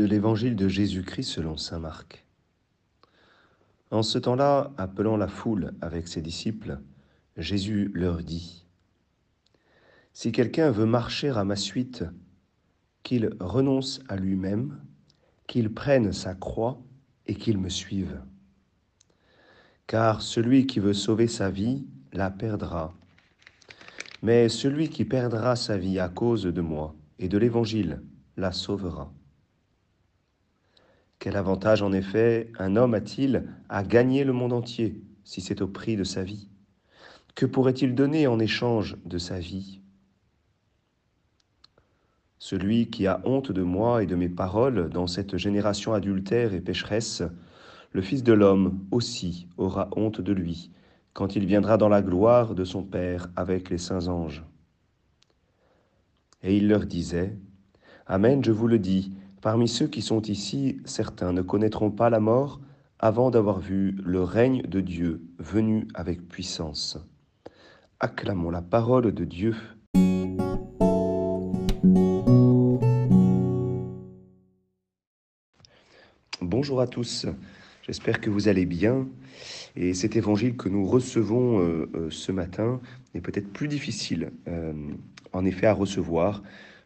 l'Évangile de Jésus-Christ selon saint Marc. En ce temps-là, appelant la foule avec ses disciples, Jésus leur dit : « Si quelqu'un veut marcher à ma suite, qu'il renonce à lui-même, qu'il prenne sa croix et qu'il me suive. Car celui qui veut sauver sa vie la perdra. Mais celui qui perdra sa vie à cause de moi et de l'Évangile la sauvera. Quel avantage, en effet, un homme a-t-il à gagner le monde entier, si c'est au prix de sa vie ? Que pourrait-il donner en échange de sa vie ? Celui qui a honte de moi et de mes paroles dans cette génération adultère et pécheresse, le Fils de l'homme aussi aura honte de lui, quand il viendra dans la gloire de son Père avec les saints anges. Et il leur disait : Amen, je vous le dis, parmi ceux qui sont ici, certains ne connaîtront pas la mort avant d'avoir vu le règne de Dieu venu avec puissance. Acclamons la parole de Dieu. Bonjour à tous, j'espère que vous allez bien. Et cet évangile que nous recevons ce matin est peut-être plus difficile, en effet, à recevoir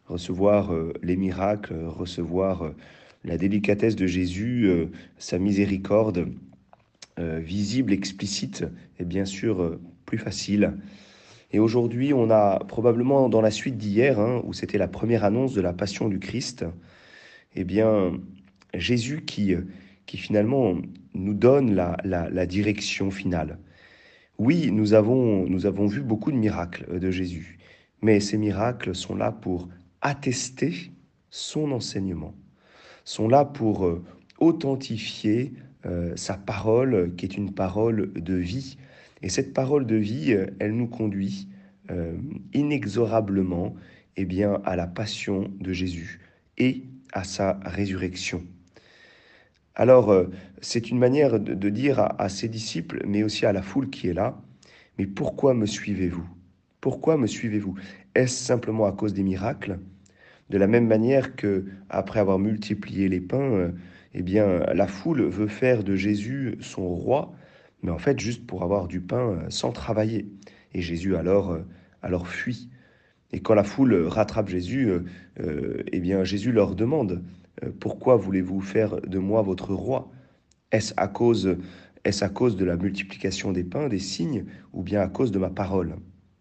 les miracles, recevoir la délicatesse de Jésus, sa miséricorde visible, explicite, est bien sûr plus facile. Et aujourd'hui, on a probablement dans la suite d'hier, où c'était la première annonce de la passion du Christ, eh bien, Jésus qui finalement nous donne la direction finale. Oui, nous avons vu beaucoup de miracles de Jésus, mais ces miracles sont là pour attester son enseignement, sont là pour authentifier sa parole, qui est une parole de vie. Et cette parole de vie, elle nous conduit inexorablement à la passion de Jésus et à sa résurrection. Alors, c'est une manière de dire à ses disciples, mais aussi à la foule qui est là, mais pourquoi me suivez-vous ? Pourquoi me suivez-vous ? Est-ce simplement à cause des miracles ? De la même manière que, après avoir multiplié les pains, la foule veut faire de Jésus son roi, mais en fait juste pour avoir du pain sans travailler. Et Jésus alors fuit. Et quand la foule rattrape Jésus, Jésus leur demande : pourquoi voulez-vous faire de moi votre roi ? Est-ce à cause de la multiplication des pains, des signes, ou bien à cause de ma parole ?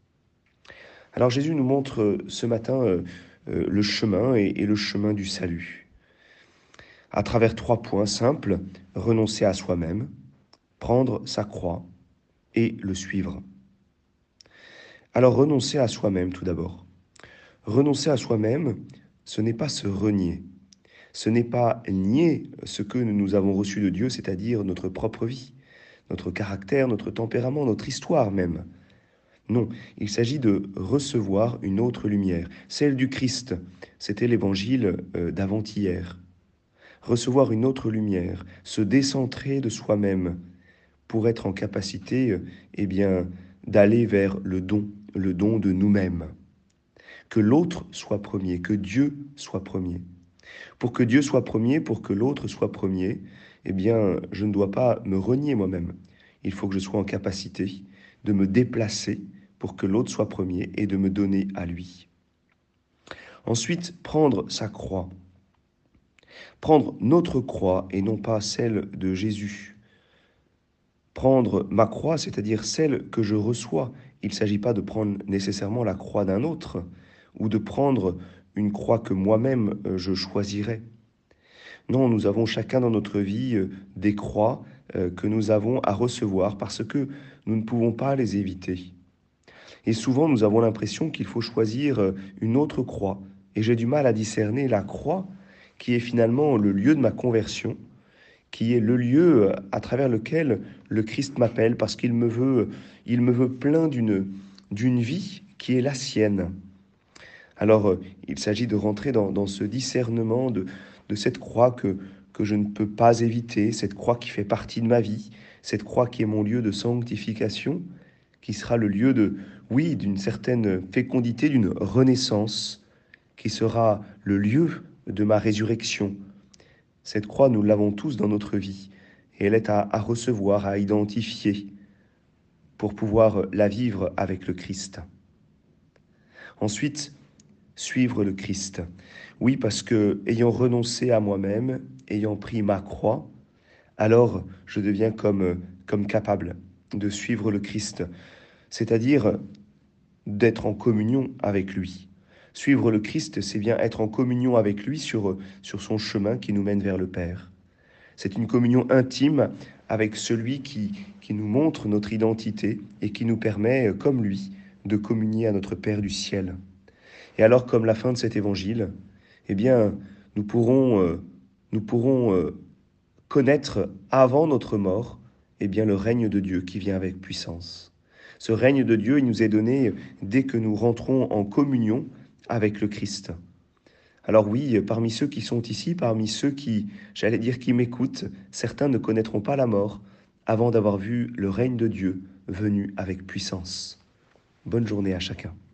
Alors Jésus nous montre ce matin le chemin et le chemin du salut. À travers 3 points simples: renoncer à soi-même, prendre sa croix et le suivre. Alors renoncer à soi-même tout d'abord. Renoncer à soi-même, ce n'est pas se renier. Ce n'est pas nier ce que nous avons reçu de Dieu, c'est-à-dire notre propre vie, notre caractère, notre tempérament, notre histoire même. Non, il s'agit de recevoir une autre lumière, celle du Christ. C'était l'évangile d'avant-hier. Recevoir une autre lumière, se décentrer de soi-même pour être en capacité d'aller vers le don de nous-mêmes. Que l'autre soit premier, que Dieu soit premier. Pour que Dieu soit premier, pour que l'autre soit premier, je ne dois pas me renier moi-même. Il faut que je sois en capacité de me déplacer pour que l'autre soit premier et de me donner à lui. Ensuite, prendre sa croix. Prendre notre croix et non pas celle de Jésus. Prendre ma croix, c'est-à-dire celle que je reçois. Il ne s'agit pas de prendre nécessairement la croix d'un autre ou de prendre une croix que moi-même je choisirais. Non, nous avons chacun dans notre vie des croix que nous avons à recevoir parce que nous ne pouvons pas les éviter. Et souvent, nous avons l'impression qu'il faut choisir une autre croix. Et j'ai du mal à discerner la croix qui est finalement le lieu de ma conversion, qui est le lieu à travers lequel le Christ m'appelle parce qu'il me veut plein d'une vie qui est la sienne. Alors, il s'agit de rentrer dans ce discernement de cette croix que je ne peux pas éviter, cette croix qui fait partie de ma vie, cette croix qui est mon lieu de sanctification, qui sera le lieu d'une certaine fécondité, d'une renaissance, qui sera le lieu de ma résurrection. Cette croix, nous l'avons tous dans notre vie, et elle est à recevoir, à identifier, pour pouvoir la vivre avec le Christ. Ensuite, suivre le Christ. Oui, parce que, ayant renoncé à moi-même, ayant pris ma croix, alors je deviens comme capable de suivre le Christ, c'est-à-dire d'être en communion avec lui. Suivre le Christ, c'est bien être en communion avec lui sur son chemin qui nous mène vers le Père. C'est une communion intime avec celui qui nous montre notre identité et qui nous permet, comme lui, de communier à notre Père du ciel. Et alors, comme la fin de cet évangile, eh bien, nous pourrons connaître avant notre mort, eh bien, le règne de Dieu qui vient avec puissance. Ce règne de Dieu, il nous est donné dès que nous rentrons en communion avec le Christ. Alors oui, parmi ceux qui sont ici, parmi ceux qui, j'allais dire, qui m'écoutent, certains ne connaîtront pas la mort avant d'avoir vu le règne de Dieu venu avec puissance. Bonne journée à chacun.